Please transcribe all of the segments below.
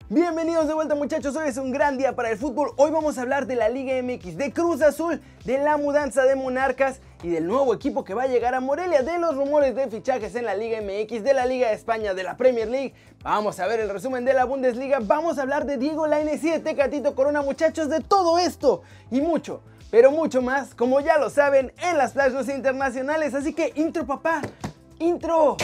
Bienvenidos de vuelta, muchachos, hoy es un gran día para el fútbol. Hoy vamos a hablar de la Liga MX, de Cruz Azul, de la mudanza de Monarcas y del nuevo equipo que va a llegar a Morelia, de los rumores de fichajes en la Liga MX, de la Liga de España, de la Premier League. Vamos a ver el resumen de la Bundesliga, vamos a hablar de Diego Lainez y de Tecatito Corona, muchachos, de todo esto y mucho, pero mucho más, como ya lo saben, en las Flash News internacionales. Así que intro, papá, intro.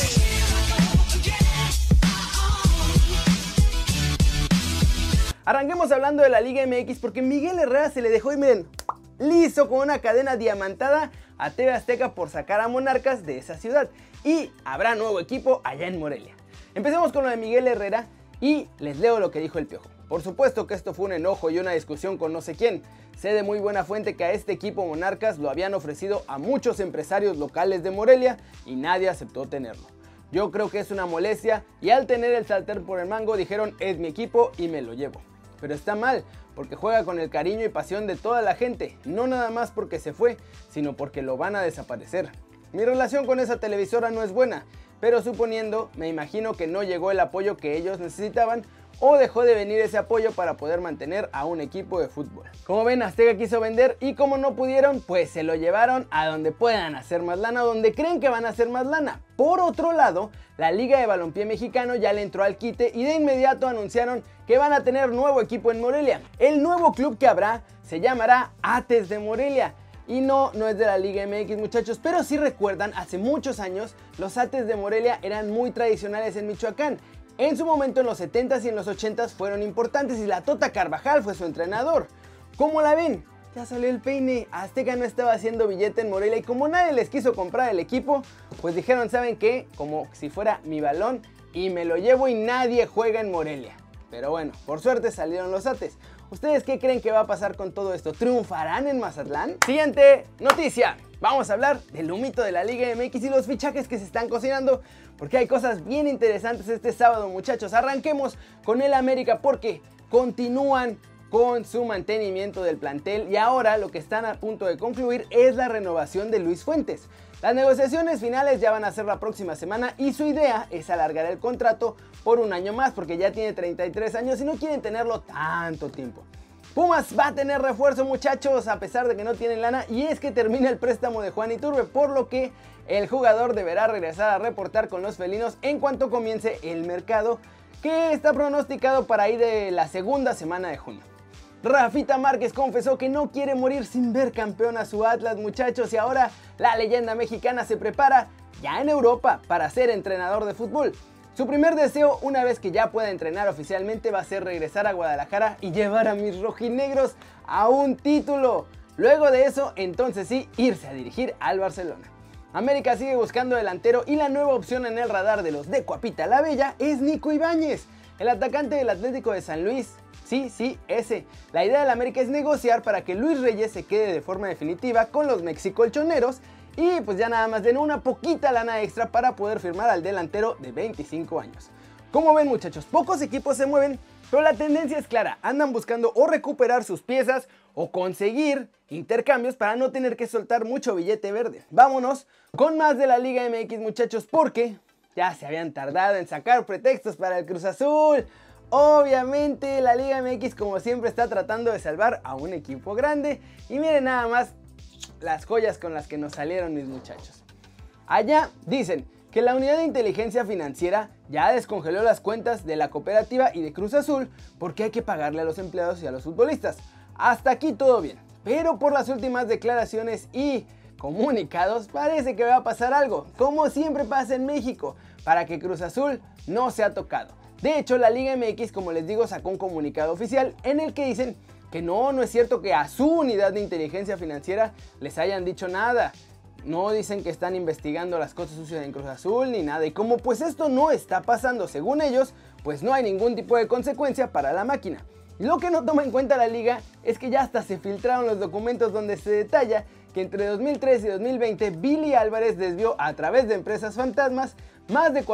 Arranquemos hablando de la Liga MX porque Miguel Herrera se le dejó, y miren, liso con una cadena diamantada a TV Azteca por sacar a Monarcas de esa ciudad. Y habrá nuevo equipo allá en Morelia. Empecemos con lo de Miguel Herrera y les leo lo que dijo el Piojo. Por supuesto que esto fue un enojo y una discusión con no sé quién. Sé de muy buena fuente que a este equipo Monarcas lo habían ofrecido a muchos empresarios locales de Morelia y nadie aceptó tenerlo. Yo creo que es una molestia y al tener el sartén por el mango dijeron es mi equipo y me lo llevo. Pero está mal, porque juega con el cariño y pasión de toda la gente, no nada más porque se fue, sino porque lo van a desaparecer. Mi relación con esa televisora no es buena, pero suponiendo, me imagino que no llegó el apoyo que ellos necesitaban o dejó de venir ese apoyo para poder mantener a un equipo de fútbol. Como ven, Azteca quiso vender y como no pudieron, pues se lo llevaron a donde puedan hacer más lana o donde creen que van a hacer más lana. Por otro lado, la Liga de Balompié Mexicano ya le entró al quite y de inmediato anunciaron que van a tener nuevo equipo en Morelia. El nuevo club que habrá se llamará Ates de Morelia. Y no es de la Liga MX, muchachos, pero si recuerdan, hace muchos años los Ates de Morelia eran muy tradicionales en Michoacán. En su momento en los 70s y en los 80s fueron importantes y la Tota Carvajal fue su entrenador. ¿Cómo la ven? Ya salió el peine, Azteca no estaba haciendo billete en Morelia y como nadie les quiso comprar el equipo, pues dijeron, ¿saben qué? Como si fuera mi balón y me lo llevo y nadie juega en Morelia. Pero bueno, por suerte salieron los Ates. ¿Ustedes qué creen que va a pasar con todo esto? ¿Triunfarán en Mazatlán? Siguiente noticia. Vamos a hablar del humito de la Liga MX y los fichajes que se están cocinando, porque hay cosas bien interesantes este sábado, muchachos. Arranquemos con el América porque continúan con su mantenimiento del plantel y ahora lo que están a punto de concluir es la renovación de Luis Fuentes. Las negociaciones finales ya van a ser la próxima semana y su idea es alargar el contrato por un año más porque ya tiene 33 años y no quieren tenerlo tanto tiempo. Pumas va a tener refuerzo, muchachos, a pesar de que no tienen lana, y es que termina el préstamo de Juan Iturbe, por lo que el jugador deberá regresar a reportar con los felinos en cuanto comience el mercado, que está pronosticado para ir de la segunda semana de junio. Rafita Márquez confesó que no quiere morir sin ver campeón a su Atlas, muchachos, y ahora la leyenda mexicana se prepara ya en Europa para ser entrenador de fútbol. Su primer deseo, una vez que ya pueda entrenar oficialmente, va a ser regresar a Guadalajara y llevar a mis rojinegros a un título. Luego de eso, entonces sí, irse a dirigir al Barcelona. América sigue buscando delantero y la nueva opción en el radar de los de Coapita la Bella es Nico Ibáñez, el atacante del Atlético de San Luis. Sí, ese. La idea del América es negociar para que Luis Reyes se quede de forma definitiva con los mexicolchoneros y pues ya nada más den una poquita lana extra para poder firmar al delantero de 25 años. Como ven, muchachos, pocos equipos se mueven, pero la tendencia es clara. Andan buscando o recuperar sus piezas o conseguir intercambios para no tener que soltar mucho billete verde. Vámonos con más de la Liga MX, muchachos, porque ya se habían tardado en sacar pretextos para el Cruz Azul. Obviamente la Liga MX como siempre está tratando de salvar a un equipo grande y miren nada más las joyas con las que nos salieron mis muchachos. Allá dicen que la unidad de inteligencia financiera ya descongeló las cuentas de la cooperativa y de Cruz Azul porque hay que pagarle a los empleados y a los futbolistas. Hasta aquí todo bien, pero por las últimas declaraciones y comunicados parece que va a pasar algo, como siempre pasa en México, para que Cruz Azul no sea tocado. De hecho, la Liga MX, como les digo, sacó un comunicado oficial en el que dicen que no es cierto que a su unidad de inteligencia financiera les hayan dicho nada. No dicen que están investigando las cosas sucias en Cruz Azul ni nada. Y como pues esto no está pasando según ellos, pues no hay ningún tipo de consecuencia para la máquina. Lo que no toma en cuenta la liga es que ya hasta se filtraron los documentos donde se detalla que entre 2013 y 2020 Billy Álvarez desvió a través de empresas fantasmas más de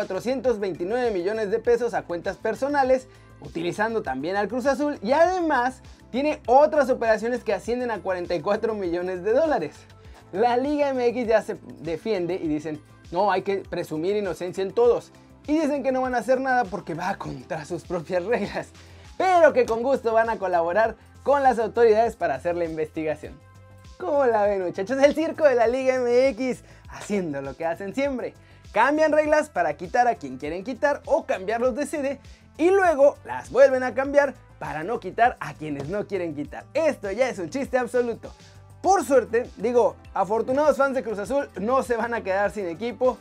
429 millones de pesos a cuentas personales, utilizando también al Cruz Azul, y además tiene otras operaciones que ascienden a 44 millones de dólares. La Liga MX ya se defiende y dicen, no, hay que presumir inocencia en todos. y dicen que no van a hacer nada porque va contra sus propias reglas, pero que con gusto van a colaborar con las autoridades para hacer la investigación. ¿Cómo la ven, muchachos? El circo de la Liga MX haciendo lo que hacen siempre. Cambian reglas para quitar a quien quieren quitar o cambiarlos de sede y luego las vuelven a cambiar para no quitar a quienes no quieren quitar. Esto ya es un chiste absoluto. Por suerte, afortunados fans de Cruz Azul no se van a quedar sin equipo,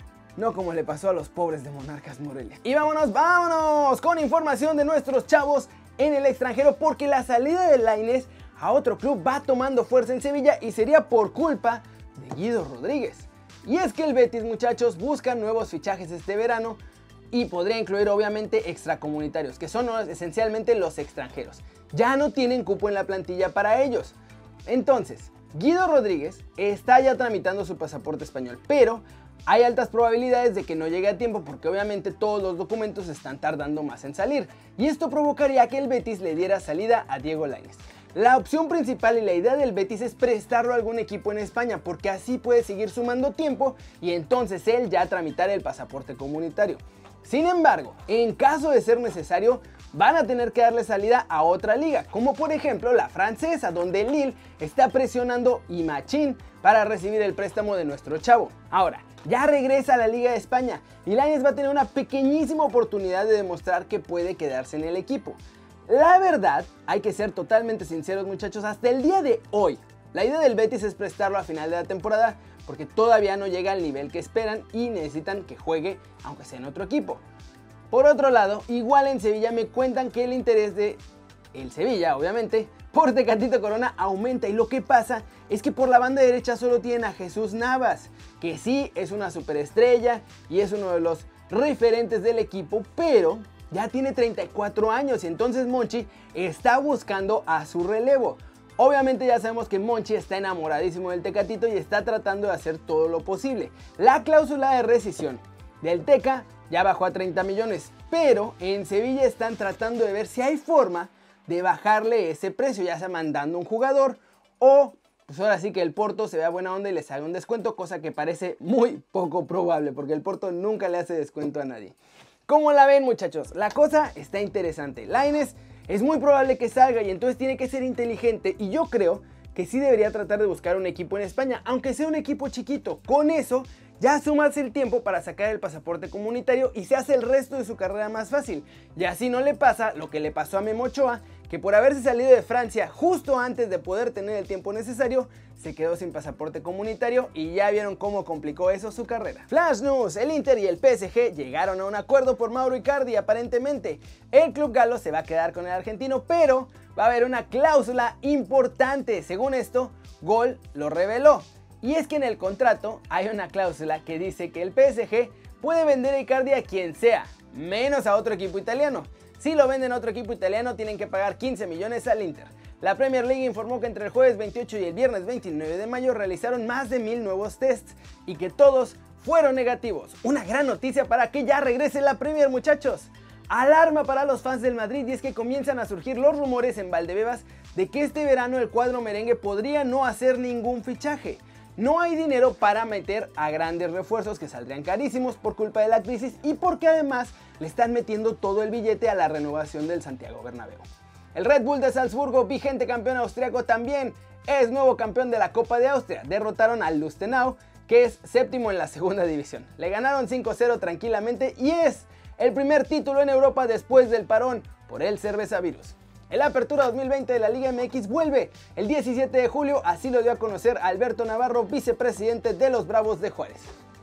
no como le pasó a los pobres de Monarcas Morelia. Y vámonos con información de nuestros chavos en el extranjero, porque la salida de Lainez a otro club va tomando fuerza en Sevilla y sería por culpa de Guido Rodríguez. Y es que el Betis, muchachos, busca nuevos fichajes este verano y podría incluir obviamente extracomunitarios, que son esencialmente los extranjeros. Ya no tienen cupo en la plantilla para ellos. Entonces, Guido Rodríguez está ya tramitando su pasaporte español, pero hay altas probabilidades de que no llegue a tiempo porque obviamente todos los documentos están tardando más en salir, y esto provocaría que el Betis le diera salida a Diego Lainez. La opción principal y la idea del Betis es prestarlo a algún equipo en España, porque así puede seguir sumando tiempo y entonces él ya tramitar el pasaporte comunitario. Sin embargo, en caso de ser necesario, van a tener que darle salida a otra liga, como por ejemplo la francesa, donde Lille está presionando y machín para recibir el préstamo de nuestro chavo. Ahora, ya regresa a la Liga de España y Lainez va a tener una pequeñísima oportunidad de demostrar que puede quedarse en el equipo. La verdad, hay que ser totalmente sinceros, muchachos, hasta el día de hoy, la idea del Betis es prestarlo a final de la temporada porque todavía no llega al nivel que esperan y necesitan que juegue aunque sea en otro equipo. Por otro lado, igual en Sevilla me cuentan que el interés de el Sevilla, obviamente, por Tecatito Corona aumenta, y lo que pasa es que por la banda derecha solo tienen a Jesús Navas, que sí es una superestrella y es uno de los referentes del equipo, pero ya tiene 34 años y entonces Monchi está buscando a su relevo. Obviamente ya sabemos que Monchi está enamoradísimo del Tecatito y está tratando de hacer todo lo posible. La cláusula de rescisión del Teca ya bajó a 30 millones, pero en Sevilla están tratando de ver si hay forma de bajarle ese precio, ya sea mandando un jugador o pues ahora sí que el Porto se vea buena onda y les haga un descuento, cosa que parece muy poco probable porque el Porto nunca le hace descuento a nadie. ¿Cómo la ven, muchachos? La cosa está interesante. Lainez es muy probable que salga y entonces tiene que ser inteligente, y yo creo que sí debería tratar de buscar un equipo en España, aunque sea un equipo chiquito. Con eso ya sumas el tiempo para sacar el pasaporte comunitario y se hace el resto de su carrera más fácil. Y así no le pasa lo que le pasó a Memo Ochoa, que por haberse salido de Francia justo antes de poder tener el tiempo necesario, se quedó sin pasaporte comunitario y ya vieron cómo complicó eso su carrera. Flash News: el Inter y el PSG llegaron a un acuerdo por Mauro Icardi. Aparentemente el club galo se va a quedar con el argentino, pero va a haber una cláusula importante. Según esto, Gol lo reveló, y es que en el contrato hay una cláusula que dice que el PSG puede vender a Icardi a quien sea, menos a otro equipo italiano. Si lo venden a otro equipo italiano, tienen que pagar 15 millones al Inter. La Premier League informó que entre el jueves 28 y el viernes 29 de mayo realizaron más de 1000 nuevos tests y que todos fueron negativos. Una gran noticia para que ya regrese la Premier, muchachos. Alarma para los fans del Madrid, y es que comienzan a surgir los rumores en Valdebebas de que este verano el cuadro merengue podría no hacer ningún fichaje. No hay dinero para meter a grandes refuerzos que saldrían carísimos por culpa de la crisis y porque además le están metiendo todo el billete a la renovación del Santiago Bernabéu. El Red Bull de Salzburgo, vigente campeón austriaco, también es nuevo campeón de la Copa de Austria. Derrotaron al Lustenau, que es séptimo en la segunda división. Le ganaron 5-0 tranquilamente y es el primer título en Europa después del parón por el Cerveza Virus. El Apertura 2020 de la Liga MX vuelve el 17 de julio, así lo dio a conocer Alberto Navarro, vicepresidente de los Bravos de Juárez.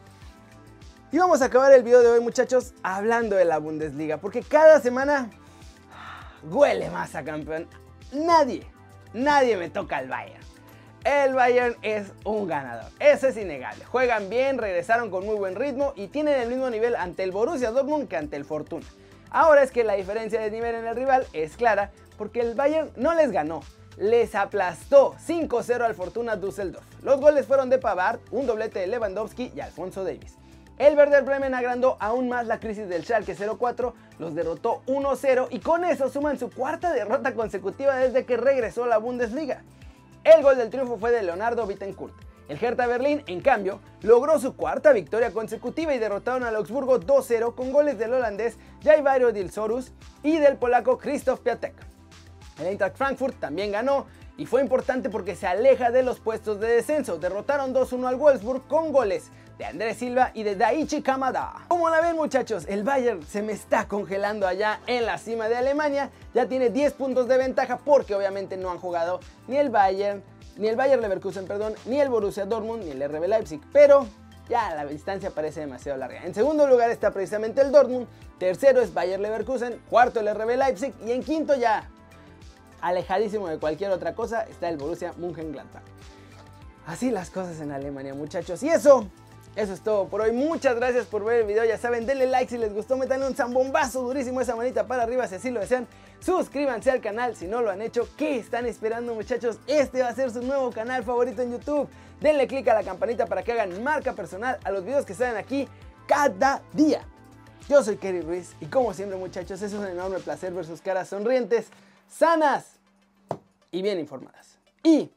Y vamos a acabar el video de hoy, muchachos, hablando de la Bundesliga, porque cada semana huele más a campeón. Nadie me toca al Bayern. El Bayern es un ganador, eso es innegable. Juegan bien, regresaron con muy buen ritmo y tienen el mismo nivel ante el Borussia Dortmund que ante el Fortuna. Ahora es que la diferencia de nivel en el rival es clara, porque el Bayern no les ganó, les aplastó 5-0 al Fortuna Düsseldorf. Los goles fueron de Pavard, un doblete de Lewandowski y Alphonso Davies. El Werder Bremen agrandó aún más la crisis del Schalke 04, los derrotó 1-0 y con eso suman su cuarta derrota consecutiva desde que regresó a la Bundesliga. El gol del triunfo fue de Leonardo Bittencourt. El Hertha Berlín, en cambio, logró su cuarta victoria consecutiva y derrotaron al Augsburgo 2-0 con goles del holandés Jaivairo Dilsorus y del polaco Krzysztof Piatek. El Eintracht Frankfurt también ganó y fue importante porque se aleja de los puestos de descenso. Derrotaron 2-1 al Wolfsburg con goles de Andrés Silva y de Daichi Kamada. Como la ven, muchachos, el Bayern se me está congelando allá en la cima de Alemania. Ya tiene 10 puntos de ventaja porque obviamente no han jugado ni el Bayer Leverkusen, ni el Borussia Dortmund, ni el RB Leipzig. Pero ya la distancia parece demasiado larga. En segundo lugar está precisamente el Dortmund. Tercero es Bayer Leverkusen. Cuarto el RB Leipzig. Y en quinto, ya alejadísimo de cualquier otra cosa, está el Borussia Mönchengladbach. Así las cosas en Alemania, muchachos. Y eso es todo por hoy. Muchas gracias por ver el video. Ya saben, denle like si les gustó, metanle un zambombazo durísimo, esa manita para arriba si así lo desean. Suscríbanse al canal si no lo han hecho. ¿Qué están esperando, muchachos? Este va a ser su nuevo canal favorito en YouTube. Denle click a la campanita para que hagan marca personal a los videos que salen aquí cada día. Yo soy Kerry Ruiz y como siempre, muchachos, es un enorme placer ver sus caras sonrientes, sanas y bien informadas. Y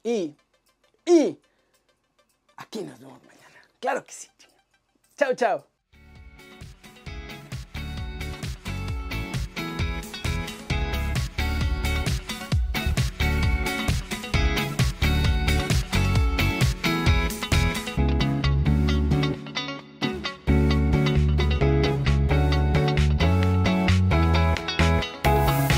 aquí nos vemos mañana. Claro que sí. Chao, chao.